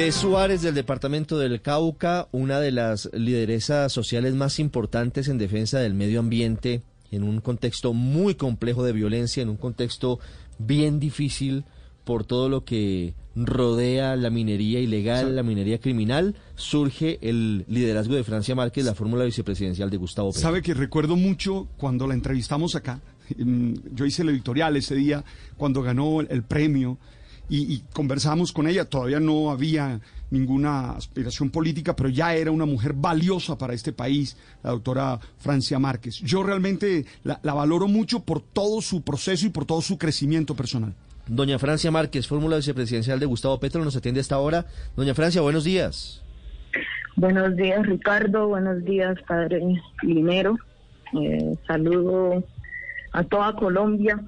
De Suárez, del departamento del Cauca, una de las lideresas sociales más importantes en defensa del medio ambiente, en un contexto muy complejo de violencia, en un contexto bien difícil por todo lo que rodea la minería ilegal, la minería criminal, surge el liderazgo de Francia Márquez, la fórmula vicepresidencial de Gustavo Petro. Sabe que recuerdo mucho cuando la entrevistamos acá, yo hice el editorial ese día, cuando ganó el premio, y conversamos con ella. Todavía no había ninguna aspiración política, pero ya era una mujer valiosa para este país, la doctora Francia Márquez. Yo realmente la valoro mucho por todo su proceso y por todo su crecimiento personal. Doña Francia Márquez, fórmula vicepresidencial de Gustavo Petro, nos atiende a esta hora. Doña Francia, buenos días. Buenos días, Ricardo. Buenos días, padre Linero. Saludo a toda Colombia.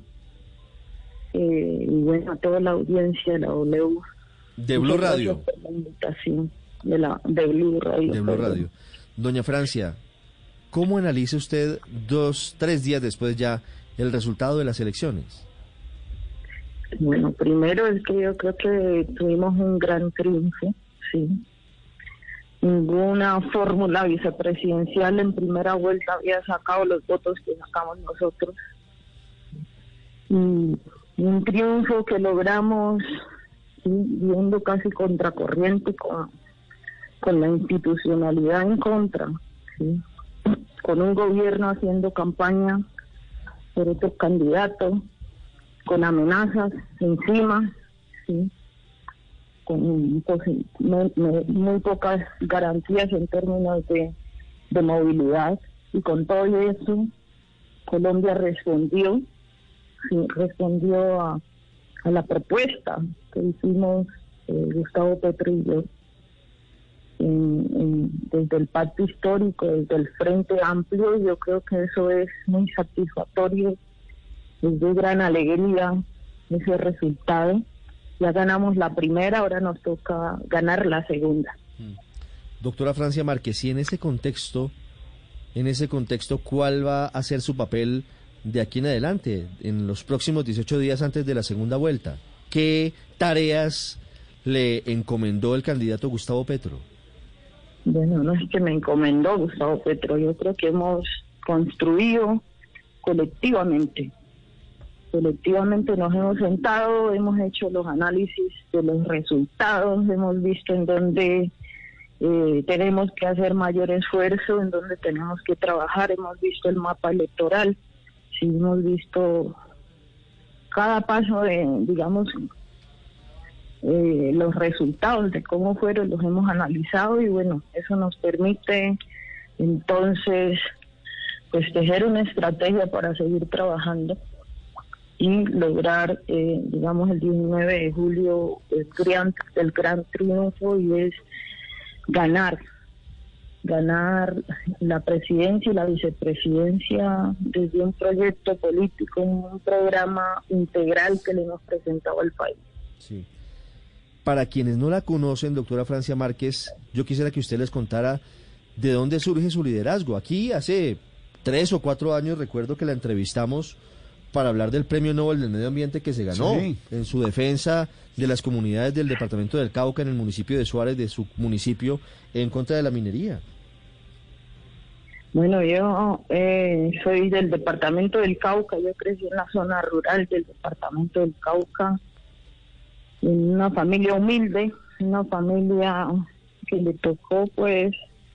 Y bueno, a toda la audiencia de la W. De Blue Radio. Por la invitación de Blue Radio. De Blue Radio. Doña Francia, ¿cómo analiza usted 3 días después ya el resultado de las elecciones? Bueno, primero es que yo creo que tuvimos un gran triunfo, sí. Ninguna fórmula vicepresidencial en primera vuelta había sacado los votos que sacamos nosotros. Y un triunfo que logramos, sí, yendo casi contracorriente con la institucionalidad en contra, sí, con un gobierno haciendo campaña por otro candidato, con amenazas encima, sí, con muy pocas garantías en términos de movilidad, y con todo eso Colombia respondió a la propuesta que hicimos Gustavo Petro y yo desde el pacto histórico, desde el Frente Amplio. Yo creo que eso es muy satisfactorio, es de gran alegría ese resultado. Ya ganamos la primera, ahora nos toca ganar la segunda. Doctora Francia Márquez, y en ese contexto, ¿cuál va a ser su papel de aquí en adelante, en los próximos 18 días antes de la segunda vuelta? ¿Qué tareas le encomendó el candidato Gustavo Petro? Bueno, no es que me encomendó Gustavo Petro, yo creo que hemos construido colectivamente nos hemos sentado, hemos hecho los análisis de los resultados, hemos visto en dónde tenemos que hacer mayor esfuerzo, en dónde tenemos que trabajar, hemos visto el mapa electoral. Sí, hemos visto cada paso los resultados de cómo fueron, los hemos analizado, y bueno, eso nos permite entonces pues tejer una estrategia para seguir trabajando y lograr el 19 de julio el gran triunfo, y es ganar la presidencia y la vicepresidencia desde un proyecto político, un programa integral que le hemos presentado al país. Sí. Para quienes no la conocen, doctora Francia Márquez, yo quisiera que usted les contara de dónde surge su liderazgo. Aquí hace 3 o 4 años recuerdo que la entrevistamos para hablar del Premio Nobel del Medio Ambiente que se ganó, sí, en su defensa de las comunidades del departamento del Cauca, en el municipio de Suárez, de su municipio, en contra de la minería. Bueno, yo soy del departamento del Cauca, yo crecí en la zona rural del departamento del Cauca, en una familia humilde, una familia que le tocó pues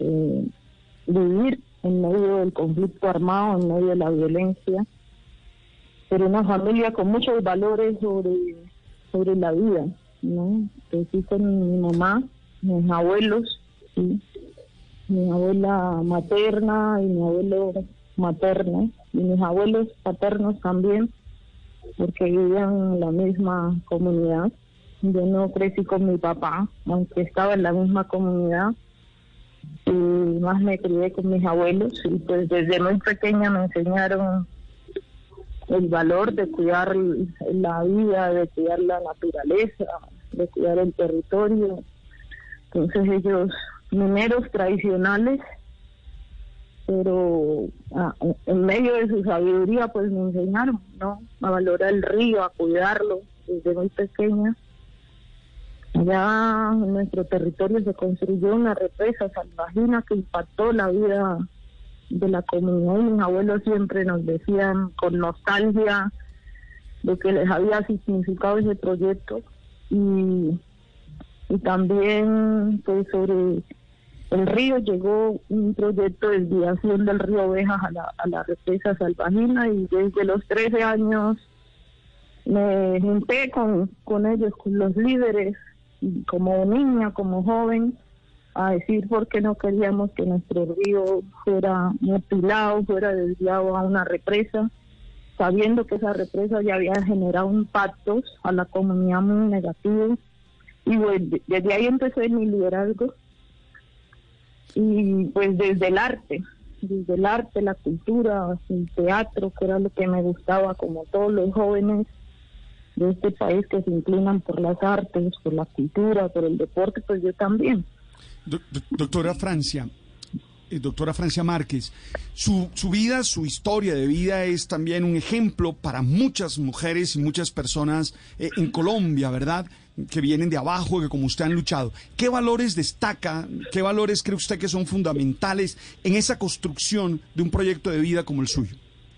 vivir en medio del conflicto armado, en medio de la violencia, pero una familia con muchos valores sobre la vida, ¿no? Crecí con mi mamá, mis abuelos, ¿sí? Mi abuela materna y mi abuelo materno, y mis abuelos paternos también, porque vivían en la misma comunidad. Yo no crecí con mi papá, aunque estaba en la misma comunidad, y más me crié con mis abuelos, y pues desde muy pequeña me enseñaron el valor de cuidar la vida, de cuidar la naturaleza, de cuidar el territorio. Entonces ellos, mineros tradicionales, pero en medio de su sabiduría pues me enseñaron, ¿no?, a valorar el río, a cuidarlo desde muy pequeña, Allá en nuestro territorio se construyó una represa salvajina que impactó la vida de la comunidad, y mis abuelos siempre nos decían con nostalgia lo que les había significado ese proyecto, y también pues sobre el río llegó un proyecto de desviación del río Ovejas a la represa salvajina, y desde los 13 años me junté con ellos, con los líderes, como niña, como joven, a decir por qué no queríamos que nuestro río fuera mutilado, fuera desviado a una represa, sabiendo que esa represa ya había generado impactos a la comunidad muy negativos. Y pues, desde ahí empecé mi liderazgo, y pues desde el arte, la cultura, el teatro, que era lo que me gustaba, como todos los jóvenes de este país que se inclinan por las artes, por la cultura, por el deporte, pues yo también. Doctora Francia Márquez, su vida, su historia de vida es también un ejemplo para muchas mujeres y muchas personas en Colombia, ¿verdad?, que vienen de abajo, que como usted han luchado. ¿Qué valores destaca, qué valores cree usted que son fundamentales en esa construcción de un proyecto de vida como el suyo?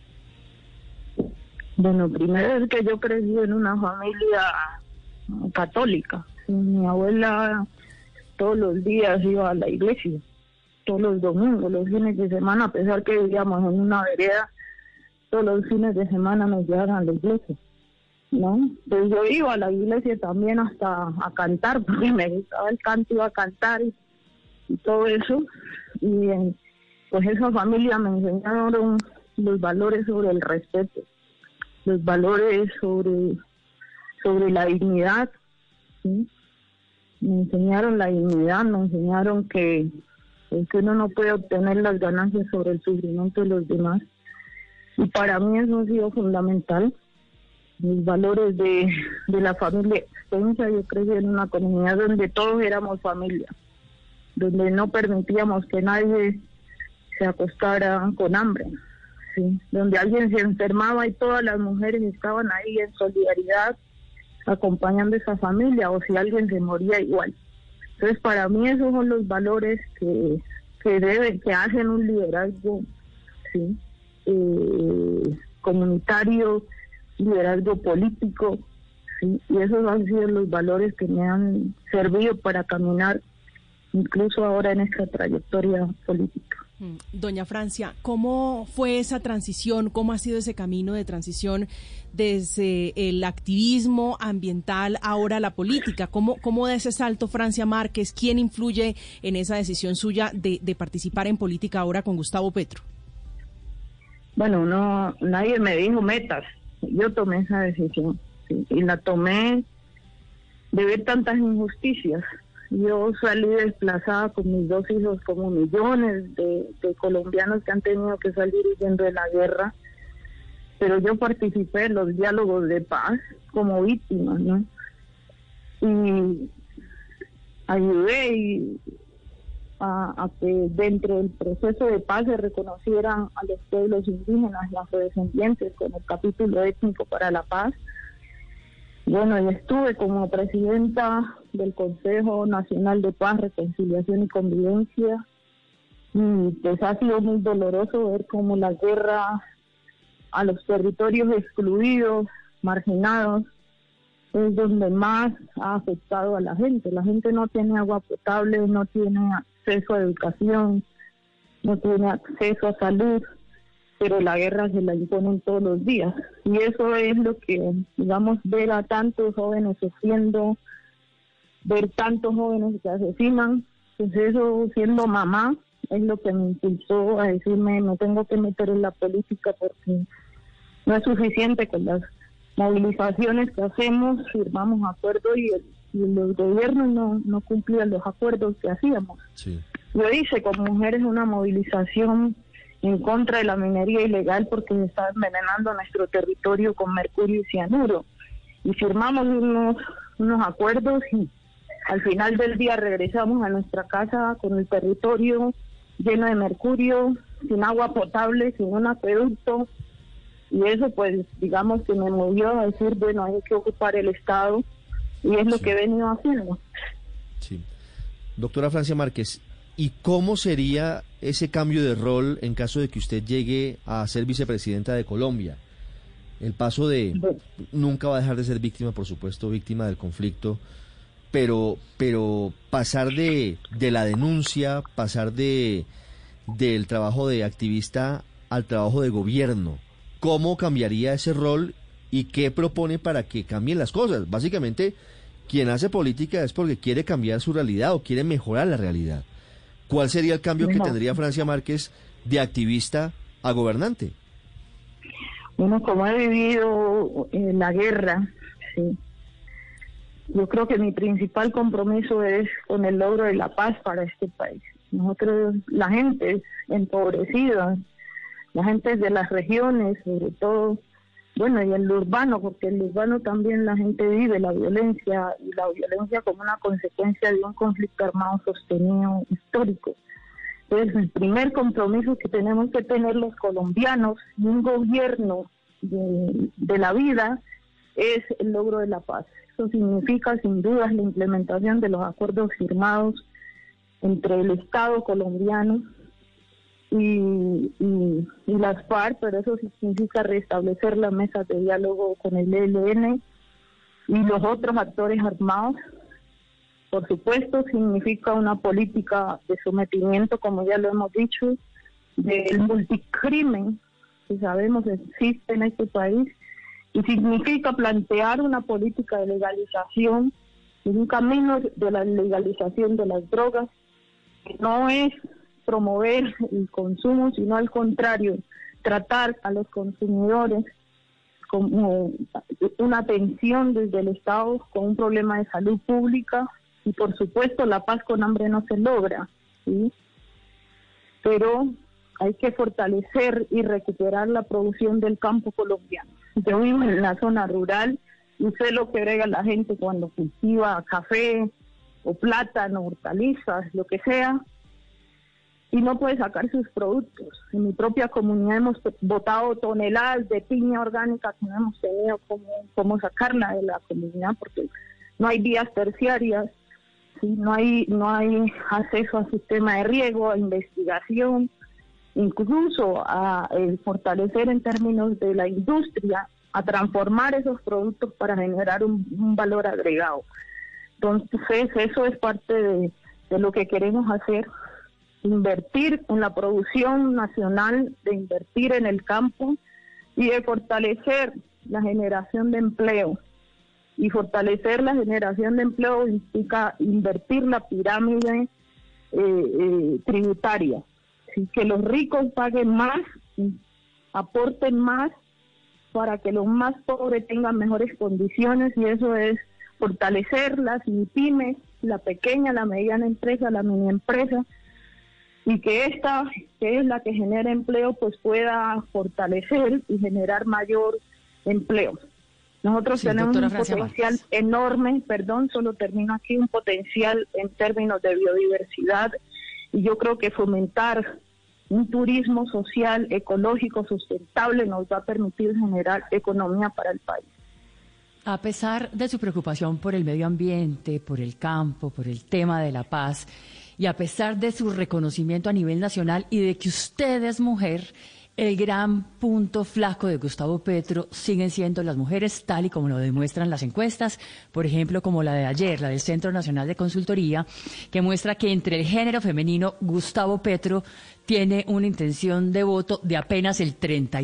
Bueno, primero es que yo crecí en una familia católica. Mi abuela todos los días iba a la iglesia, todos los domingos, los fines de semana, a pesar que vivíamos en una vereda, todos los fines de semana nos llevaban a la iglesia, ¿no? Pues yo iba a la iglesia también hasta a cantar, porque me gustaba el canto, iba a cantar y todo eso. Y pues esa familia me enseñaron los valores sobre el respeto, los valores sobre la dignidad, ¿sí? Me enseñaron la dignidad, me enseñaron que uno no puede obtener las ganancias sobre el sufrimiento de los demás. Y para mí eso ha sido fundamental. Los valores de la familia extensa. Yo crecí en una comunidad donde todos éramos familia, donde no permitíamos que nadie se acostara con hambre, ¿sí? Donde alguien se enfermaba y todas las mujeres estaban ahí en solidaridad acompañando a esa familia, o si alguien se moría igual. Entonces para mí esos son los valores que hacen un liderazgo, ¿sí? Comunitario, liderazgo político, ¿sí? Y esos han sido los valores que me han servido para caminar incluso ahora en esta trayectoria política. Doña Francia, ¿cómo fue esa transición? ¿Cómo ha sido ese camino de transición desde el activismo ambiental ahora a la política? ¿Cómo da ese salto Francia Márquez? ¿Quién influye en esa decisión suya de participar en política ahora con Gustavo Petro? Bueno, nadie me dijo metas. Yo tomé esa decisión, ¿sí? Y la tomé de ver tantas injusticias. Yo salí desplazada con mis 2 hijos, como millones de colombianos que han tenido que salir huyendo de la guerra, pero yo participé en los diálogos de paz como víctima, ¿no? Y ayudé a que dentro del proceso de paz se reconocieran a los pueblos indígenas y afrodescendientes con el capítulo étnico para la paz. Bueno, y estuve como presidenta del Consejo Nacional de Paz, Reconciliación y Convivencia, y pues ha sido muy doloroso ver cómo la guerra a los territorios excluidos, marginados, es donde más ha afectado a la gente. La gente no tiene agua potable, no tiene acceso a educación, no tiene acceso a salud, pero la guerra se la imponen todos los días. Y eso es lo que, digamos, ver a tantos jóvenes sufriendo, ver tantos jóvenes que asesinan, pues eso, siendo mamá, es lo que me impulsó a decirme, no tengo que meter en la política porque no es suficiente con las movilizaciones que hacemos, firmamos acuerdos y los gobiernos no cumplían los acuerdos que hacíamos. Sí. Yo hice con mujeres una movilización en contra de la minería ilegal porque se está envenenando nuestro territorio con mercurio y cianuro. Y firmamos unos acuerdos y al final del día regresamos a nuestra casa con el territorio lleno de mercurio, sin agua potable, sin un acueducto. Y eso pues digamos que me movió a decir, bueno, hay que ocupar el Estado y es lo que he venido haciendo. Sí. Doctora Francia Márquez, ¿y cómo sería ese cambio de rol en caso de que usted llegue a ser vicepresidenta de Colombia? El paso de... Nunca va a dejar de ser víctima, por supuesto, víctima del conflicto, pero pasar de la denuncia, pasar del trabajo de activista al trabajo de gobierno, ¿cómo cambiaría ese rol y qué propone para que cambien las cosas? Básicamente, quien hace política es porque quiere cambiar su realidad o quiere mejorar la realidad. ¿Cuál sería el cambio que tendría Francia Márquez de activista a gobernante? Bueno, como he vivido la guerra, sí, yo creo que mi principal compromiso es con el logro de la paz para este país. Nosotros, la gente empobrecida, la gente de las regiones, sobre todo, bueno, y en lo urbano, porque en lo urbano también la gente vive la violencia, y la violencia como una consecuencia de un conflicto armado sostenido histórico. Entonces, el primer compromiso que tenemos que tener los colombianos y un gobierno de la vida es el logro de la paz. Eso significa, sin dudas, la implementación de los acuerdos firmados entre el Estado colombiano y las FARC, pero eso significa restablecer las mesas de diálogo con el ELN y los otros actores armados. Por supuesto, significa una política de sometimiento, como ya lo hemos dicho, del multicrimen que sabemos existe en este país, y significa plantear una política de legalización, un camino de la legalización de las drogas, que no es promover el consumo, sino al contrario, tratar a los consumidores como una atención desde el Estado con un problema de salud pública. Y por supuesto la paz con hambre no se logra, ¿sí? Pero hay que fortalecer y recuperar la producción del campo colombiano. Yo vivo en la zona rural y sé lo que brega la gente cuando cultiva café o plátano, hortalizas, lo que sea, y no puede sacar sus productos. En mi propia comunidad hemos botado toneladas de piña orgánica que no hemos tenido cómo sacarla de la comunidad porque no hay vías terciarias. Sí, no hay acceso al sistema de riego, a investigación, incluso a fortalecer en términos de la industria, a transformar esos productos para generar un valor agregado. Entonces, eso es parte de lo que queremos hacer, invertir en la producción nacional, de invertir en el campo y de fortalecer la generación de empleo. Y fortalecer la generación de empleo implica invertir la pirámide tributaria, ¿sí? Que los ricos paguen más, aporten más, para que los más pobres tengan mejores condiciones, y eso es fortalecer las pymes, la pequeña, la mediana empresa, la mini empresa, y que esta, que es la que genera empleo, pues pueda fortalecer y generar mayor empleo. Nosotros tenemos un potencial enorme, solo termino aquí, un potencial en términos de biodiversidad, y yo creo que fomentar un turismo social, ecológico, sustentable nos va a permitir generar economía para el país. A pesar de su preocupación por el medio ambiente, por el campo, por el tema de la paz, y a pesar de su reconocimiento a nivel nacional y de que usted es mujer, el gran punto flaco de Gustavo Petro siguen siendo las mujeres, tal y como lo demuestran las encuestas, por ejemplo, como la de ayer, la del Centro Nacional de Consultoría, que muestra que entre el género femenino, Gustavo Petro tiene una intención de voto de apenas el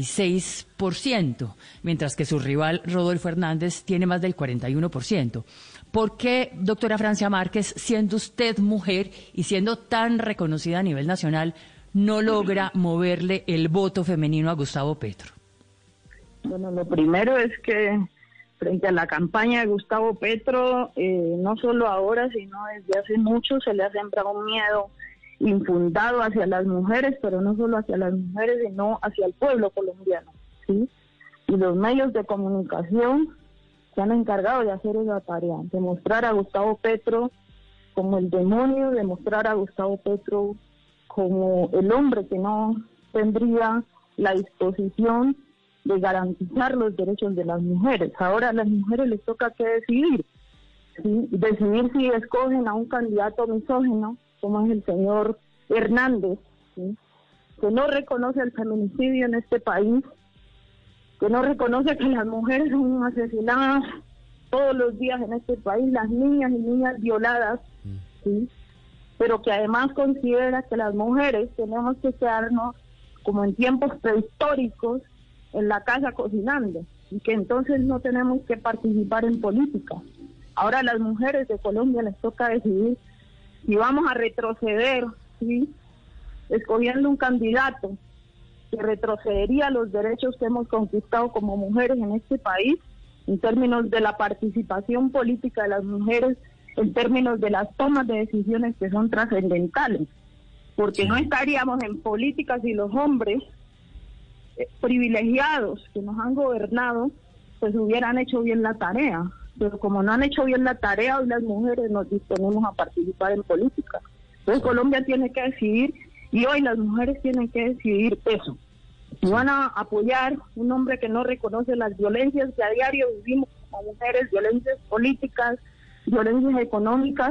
36%, mientras que su rival, Rodolfo Hernández, tiene más del 41%. ¿Por qué, doctora Francia Márquez, siendo usted mujer y siendo tan reconocida a nivel nacional, no logra moverle el voto femenino a Gustavo Petro? Bueno, lo primero es que frente a la campaña de Gustavo Petro, no solo ahora, sino desde hace mucho, se le ha sembrado un miedo infundado hacia las mujeres, pero no solo hacia las mujeres, sino hacia el pueblo colombiano, ¿sí? Y los medios de comunicación se han encargado de hacer esa tarea, de mostrar a Gustavo Petro como el demonio, de mostrar a Gustavo Petro como el hombre que no tendría la disposición de garantizar los derechos de las mujeres. Ahora a las mujeres les toca que decidir ¿sí? Decidir si escogen a un candidato misógino, como es el señor Hernández, ¿sí? Que no reconoce el feminicidio en este país, que no reconoce que las mujeres son asesinadas todos los días en este país, las niñas y niñas violadas, ¿sí? Pero que además considera que las mujeres tenemos que quedarnos como en tiempos prehistóricos en la casa cocinando, y que entonces no tenemos que participar en política. Ahora a las mujeres de Colombia les toca decidir si vamos a retroceder, ¿sí? Escogiendo un candidato que retrocedería los derechos que hemos conquistado como mujeres en este país, en términos de la participación política de las mujeres, en términos de las tomas de decisiones que son trascendentales, porque no estaríamos en política si los hombres privilegiados que nos han gobernado pues hubieran hecho bien la tarea, pero como no han hecho bien la tarea, hoy las mujeres nos disponemos a participar en política. Entonces Colombia tiene que decidir, y hoy las mujeres tienen que decidir eso. Si van a apoyar un hombre que no reconoce las violencias que a diario vivimos como mujeres, violencias políticas, violencias económicas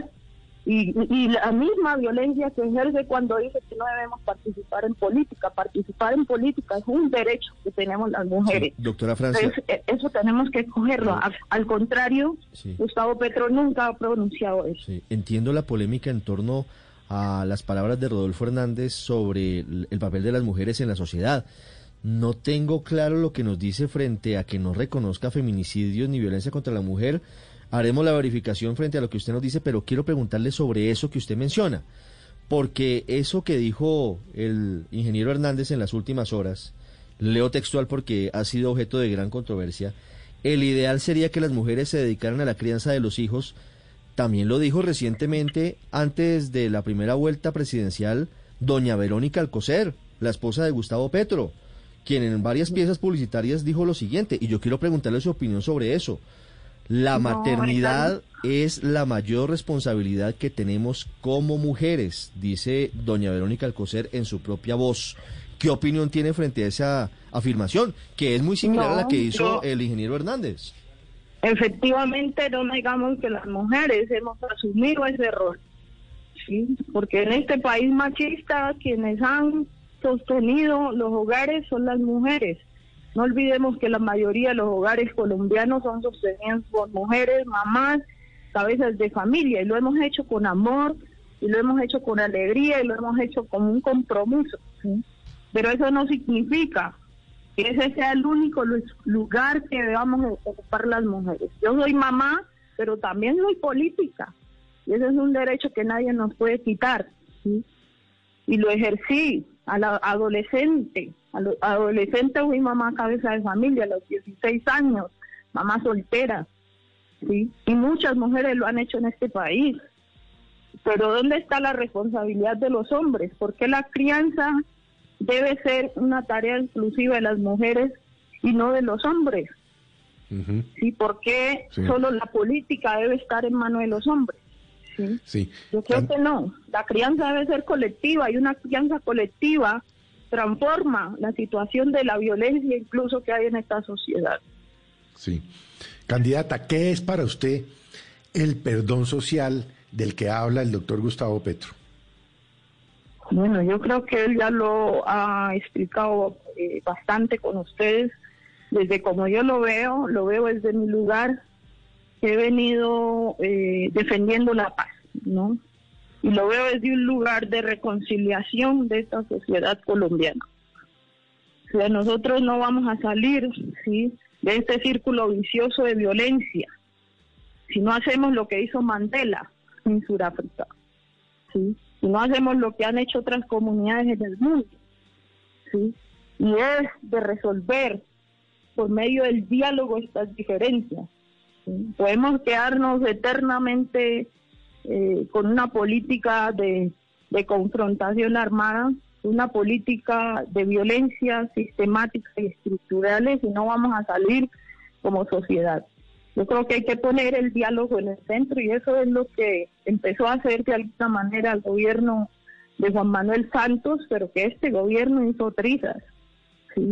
y la misma violencia que ejerce cuando dice que no debemos participar en política. Participar en política es un derecho que tenemos las mujeres. Sí, doctora Francia. Entonces, eso tenemos que escogerlo. Al contrario, sí. Gustavo Petro nunca ha pronunciado eso. Sí. Entiendo la polémica en torno a las palabras de Rodolfo Hernández sobre el papel de las mujeres en la sociedad. No tengo claro lo que nos dice frente a que no reconozca feminicidios ni violencia contra la mujer. Haremos la verificación frente a lo que usted nos dice, pero quiero preguntarle sobre eso que usted menciona, porque eso que dijo el ingeniero Hernández en las últimas horas, leo textual porque ha sido objeto de gran controversia, el ideal sería que las mujeres se dedicaran a la crianza de los hijos. También lo dijo recientemente, antes de la primera vuelta presidencial, doña Verónica Alcocer, la esposa de Gustavo Petro, quien en varias piezas publicitarias dijo lo siguiente, y yo quiero preguntarle su opinión sobre eso. La maternidad es la mayor responsabilidad que tenemos como mujeres, dice doña Verónica Alcocer en su propia voz. ¿Qué opinión tiene frente a esa afirmación, que es muy similar a la que hizo el ingeniero Hernández? Efectivamente, no digamos que las mujeres hemos asumido ese rol, ¿sí? Porque en este país machista quienes han sostenido los hogares son las mujeres. No olvidemos que la mayoría de los hogares colombianos son sostenidos por mujeres, mamás, cabezas de familia, y lo hemos hecho con amor, y lo hemos hecho con alegría, y lo hemos hecho con un compromiso, ¿sí? Pero eso no significa que ese sea el único lugar que debamos ocupar las mujeres. Yo soy mamá, pero también soy política, y ese es un derecho que nadie nos puede quitar, ¿sí? Y lo ejercí a la adolescente. Adolescente fui mamá cabeza de familia a los 16 años, mamá soltera, ¿sí? Y muchas mujeres lo han hecho en este país. Pero ¿dónde está la responsabilidad de los hombres? ¿Por qué la crianza debe ser una tarea exclusiva de las mujeres y no de los hombres? ¿Sí? ¿Por qué solo la política debe estar en manos de los hombres? ¿Sí? Sí. Yo creo que no. La crianza debe ser colectiva, y una crianza colectiva transforma la situación de la violencia incluso que hay en esta sociedad. Sí. Candidata, ¿qué es para usted el perdón social del que habla el doctor Gustavo Petro? Bueno, yo creo que él ya lo ha explicado bastante con ustedes. Desde como yo lo veo desde mi lugar, que he venido defendiendo la paz, ¿no? Y lo veo desde un lugar de reconciliación de esta sociedad colombiana. O sea, nosotros no vamos a salir, ¿sí?, de este círculo vicioso de violencia si no hacemos lo que hizo Mandela en Sudáfrica, ¿sí? Si no hacemos lo que han hecho otras comunidades en el mundo, ¿sí? Y es de resolver por medio del diálogo estas diferencias, ¿sí? Podemos quedarnos eternamente con una política de confrontación armada, una política de violencia sistemática y estructurales, y no vamos a salir como sociedad. Yo creo que hay que poner el diálogo en el centro, y eso es lo que empezó a hacer de alguna manera el gobierno de Juan Manuel Santos, pero que este gobierno hizo trizas, ¿sí?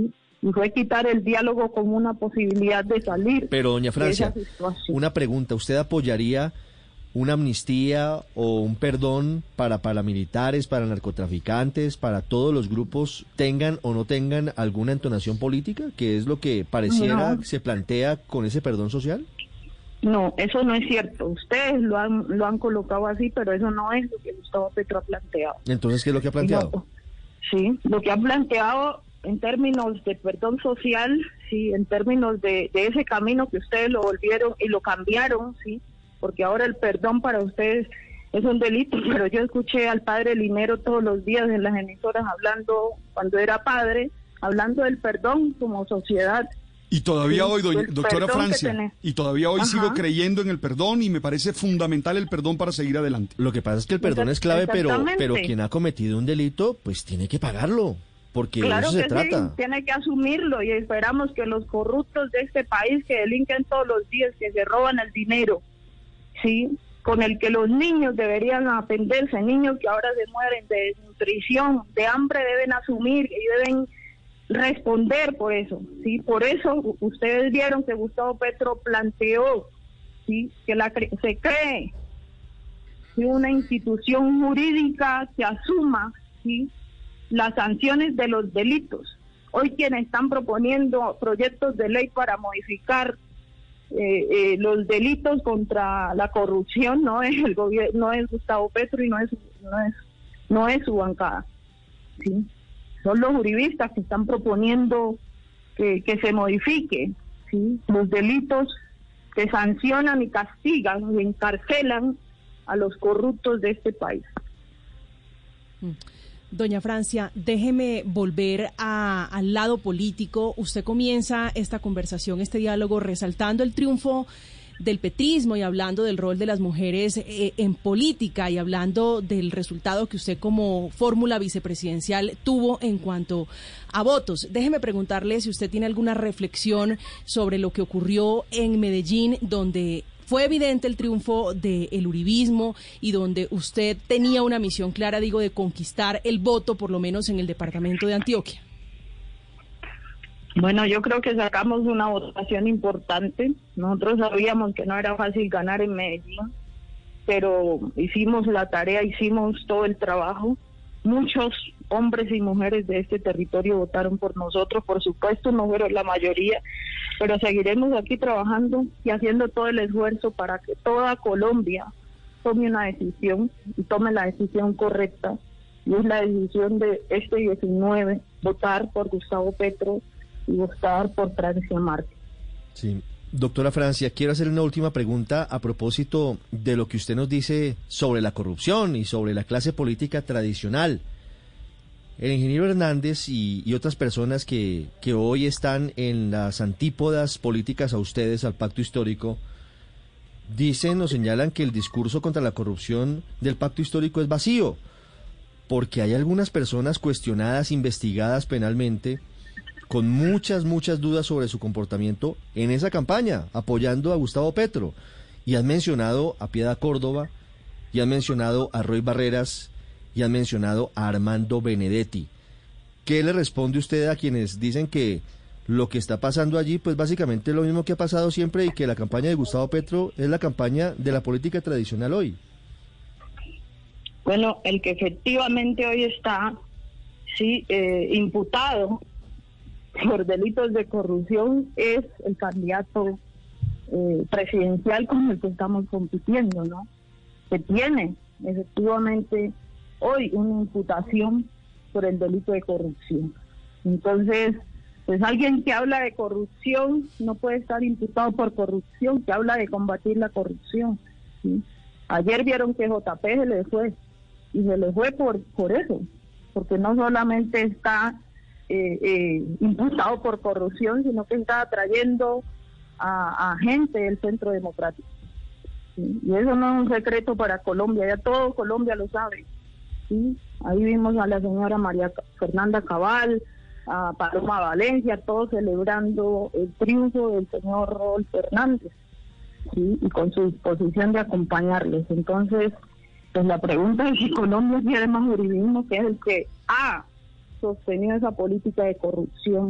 y fue quitar el diálogo como una posibilidad de salir. Pero, doña Francia, de esa situación. una pregunta, ¿usted apoyaría una amnistía o un perdón para paramilitares, para narcotraficantes, para todos los grupos, tengan o no tengan alguna entonación política, que es lo que pareciera se plantea con ese perdón social? No, eso no es cierto. Ustedes lo han colocado así, pero eso no es lo que Gustavo Petro ha planteado. Entonces, ¿qué es lo que ha planteado? No, sí, lo que ha planteado en términos de perdón social, sí, en términos de ese camino que ustedes lo volvieron y lo cambiaron, sí, porque ahora el perdón para ustedes es un delito, pero yo escuché al padre Linero todos los días en las emisoras hablando, cuando era padre, hablando del perdón como sociedad. Y todavía Sí, hoy, doctora perdón Francia, y todavía hoy sigo Ajá. creyendo creyendo en el perdón y me parece fundamental el perdón para seguir adelante. Lo que pasa es que el perdón es clave, pero Exactamente. quien ha cometido un delito, pues tiene que pagarlo, porque de Claro eso que se trata. sí, tiene que asumirlo y esperamos que los corruptos de este país que delinquen todos los días, que se roban el dinero, sí, con el que los niños deberían atenderse, niños que ahora se mueren de desnutrición, de hambre, deben asumir y deben responder por eso, sí, por eso ustedes vieron que Gustavo Petro planteó, sí, que se cree una institución jurídica que asuma, sí, las sanciones de los delitos. Hoy quienes están proponiendo proyectos de ley para modificar los delitos contra la corrupción no es el gobierno, no es Gustavo Petro y no es su bancada, ¿sí? Son los juristas que están proponiendo que se modifique, ¿sí?, los delitos que sancionan y castigan y encarcelan a los corruptos de este país. Doña Francia, déjeme volver al lado político. Usted comienza esta conversación, este diálogo, resaltando el triunfo del petrismo y hablando del rol de las mujeres en política y hablando del resultado que usted como fórmula vicepresidencial tuvo en cuanto a votos. Déjeme preguntarle si usted tiene alguna reflexión sobre lo que ocurrió en Medellín, donde fue evidente el triunfo del uribismo y donde usted tenía una misión clara, digo, de conquistar el voto, por lo menos en el departamento de Antioquia. Bueno, yo creo que sacamos una votación importante. Nosotros sabíamos que no era fácil ganar en Medellín, pero hicimos la tarea, hicimos todo el trabajo. Muchos hombres y mujeres de este territorio votaron por nosotros, por supuesto no fueron la mayoría, pero seguiremos aquí trabajando y haciendo todo el esfuerzo para que toda Colombia tome una decisión y tome la decisión correcta, y es la decisión de este 19, votar por Gustavo Petro y votar por Francia Márquez. Sí. Doctora Francia, quiero hacer una última pregunta a propósito de lo que usted nos dice sobre la corrupción y sobre la clase política tradicional. El ingeniero Hernández y otras personas que hoy están en las antípodas políticas a ustedes, al pacto histórico, dicen o señalan que el discurso contra la corrupción del pacto histórico es vacío, porque hay algunas personas cuestionadas, investigadas penalmente, con muchas dudas sobre su comportamiento en esa campaña, apoyando a Gustavo Petro. Y han mencionado a Piedad Córdoba, y han mencionado a Roy Barreras, y han mencionado a Armando Benedetti. ¿Qué le responde usted a quienes dicen que lo que está pasando allí, pues básicamente es lo mismo que ha pasado siempre y que la campaña de Gustavo Petro es la campaña de la política tradicional hoy? Bueno, el que efectivamente hoy está imputado por delitos de corrupción es el candidato presidencial con el que estamos compitiendo, ¿no? Que tiene efectivamente hoy una imputación por el delito de corrupción. Entonces, pues alguien que habla de corrupción no puede estar imputado por corrupción, que habla de combatir la corrupción, ¿sí? Ayer vieron que JP se le fue, y se le fue por eso, porque no solamente está imputado por corrupción, sino que está atrayendo a gente del Centro Democrático, ¿sí? Y eso no es un secreto para Colombia, ya todo Colombia lo sabe, ¿sí? Ahí vimos a la señora María Fernanda Cabal, a Paloma Valencia, todos celebrando el triunfo del señor Rodolfo Hernández, ¿sí? Y con su disposición de acompañarles. Entonces, pues la pregunta es si Colombia quiere más uribismo, que es el que ha sostenido esa política de corrupción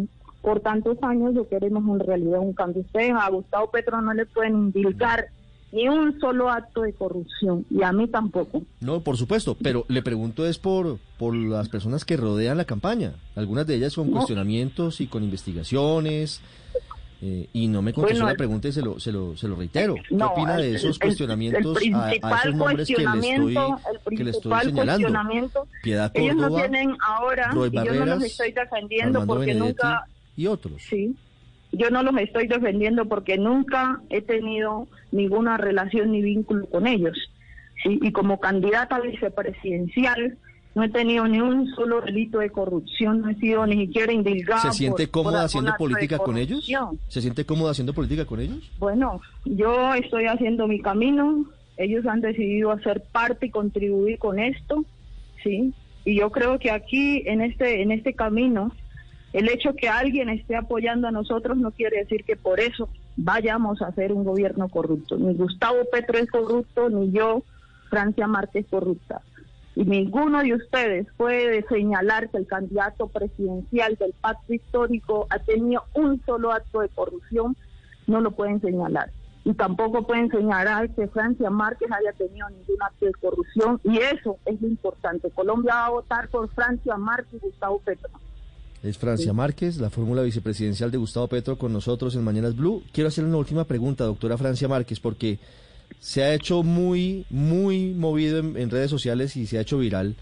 por tantos años o queremos en realidad un cambio. Ustedes a Gustavo Petro no le pueden indilgar ni un solo acto de corrupción, y a mí tampoco. No, por supuesto, pero le pregunto es por las personas que rodean la campaña, algunas de ellas con cuestionamientos y con investigaciones, y no me contestó la pregunta y se lo reitero. ¿Qué opina de esos cuestionamientos a esos nombres que le estoy señalando? Piedad Córdoba, ellos no tienen ahora, Roy y Barreras, yo no los estoy defendiendo Armando porque Benedetti nunca... y otros. Sí. Yo no los estoy defendiendo porque nunca he tenido ninguna relación ni vínculo con ellos, ¿sí? Y como candidata vicepresidencial no he tenido ni un solo delito de corrupción, no he sido ni siquiera indilgada. ¿Se siente cómoda haciendo política con ellos? ¿Se siente cómoda haciendo política con ellos? Bueno, yo estoy haciendo mi camino, ellos han decidido hacer parte y contribuir con esto, ¿sí? Y yo creo que aquí, en este camino, el hecho que alguien esté apoyando a nosotros no quiere decir que por eso vayamos a hacer un gobierno corrupto. Ni Gustavo Petro es corrupto, ni yo, Francia Márquez, corrupta. Y ninguno de ustedes puede señalar que el candidato presidencial del pacto histórico ha tenido un solo acto de corrupción, no lo pueden señalar. Y tampoco pueden señalar que Francia Márquez haya tenido ningún acto de corrupción, y eso es lo importante. Colombia va a votar por Francia Márquez y Gustavo Petro. Es Francia Márquez, la fórmula vicepresidencial de Gustavo Petro, con nosotros en Mañanas Blue. Quiero hacerle una última pregunta, doctora Francia Márquez, porque se ha hecho muy movido en redes sociales y se ha hecho viral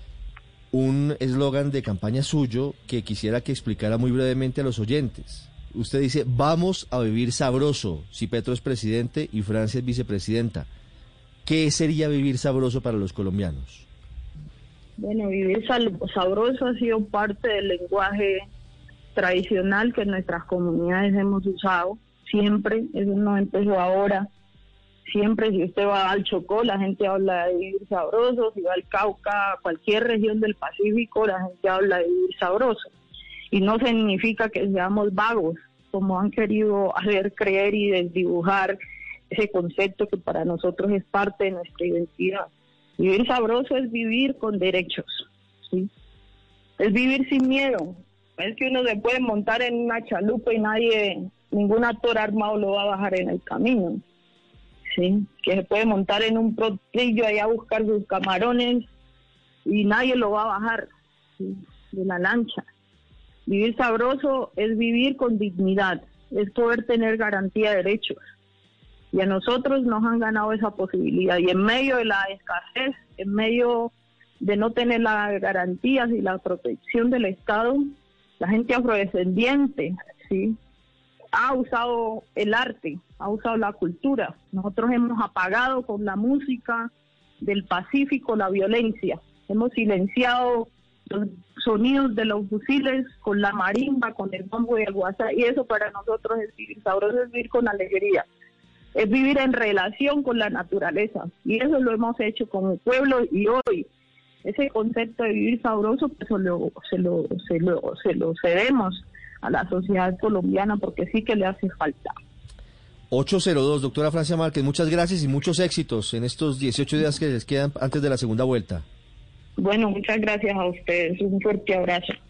un eslogan de campaña suyo que quisiera que explicara muy brevemente a los oyentes. Usted dice, vamos a vivir sabroso si Petro es presidente y Francia es vicepresidenta. ¿Qué sería vivir sabroso para los colombianos? Bueno, vivir sabroso ha sido parte del lenguaje tradicional que nuestras comunidades hemos usado siempre. Eso no empezó ahora. Siempre, si usted va al Chocó, la gente habla de vivir sabroso. Si va al Cauca, a cualquier región del Pacífico, la gente habla de vivir sabroso. Y no significa que seamos vagos, como han querido hacer creer y desdibujar ese concepto que para nosotros es parte de nuestra identidad. Vivir sabroso es vivir con derechos, ¿sí? Es vivir sin miedo. Es que uno se puede montar en una chalupa y ningún actor armado lo va a bajar en el camino, ¿sí? Que se puede montar en un potrillo allá a buscar sus camarones y nadie lo va a bajar, ¿sí?, de la lancha. Vivir sabroso es vivir con dignidad, es poder tener garantía de derechos. Y a nosotros nos han ganado esa posibilidad. Y en medio de la escasez, en medio de no tener las garantías y la protección del Estado, la gente afrodescendiente, ¿sí?, ha usado el arte, ha usado la cultura. Nosotros hemos apagado con la música del Pacífico la violencia. Hemos silenciado los sonidos de los fusiles con la marimba, con el bombo y el guasá. Y eso para nosotros es vivir sabroso, es vivir con alegría. Es vivir en relación con la naturaleza, y eso lo hemos hecho como pueblo, y hoy ese concepto de vivir sabroso pues se lo cedemos a la sociedad colombiana porque sí que le hace falta. 802, doctora Francia Márquez, muchas gracias y muchos éxitos en estos 18 días que les quedan antes de la segunda vuelta. Bueno, muchas gracias a ustedes, un fuerte abrazo.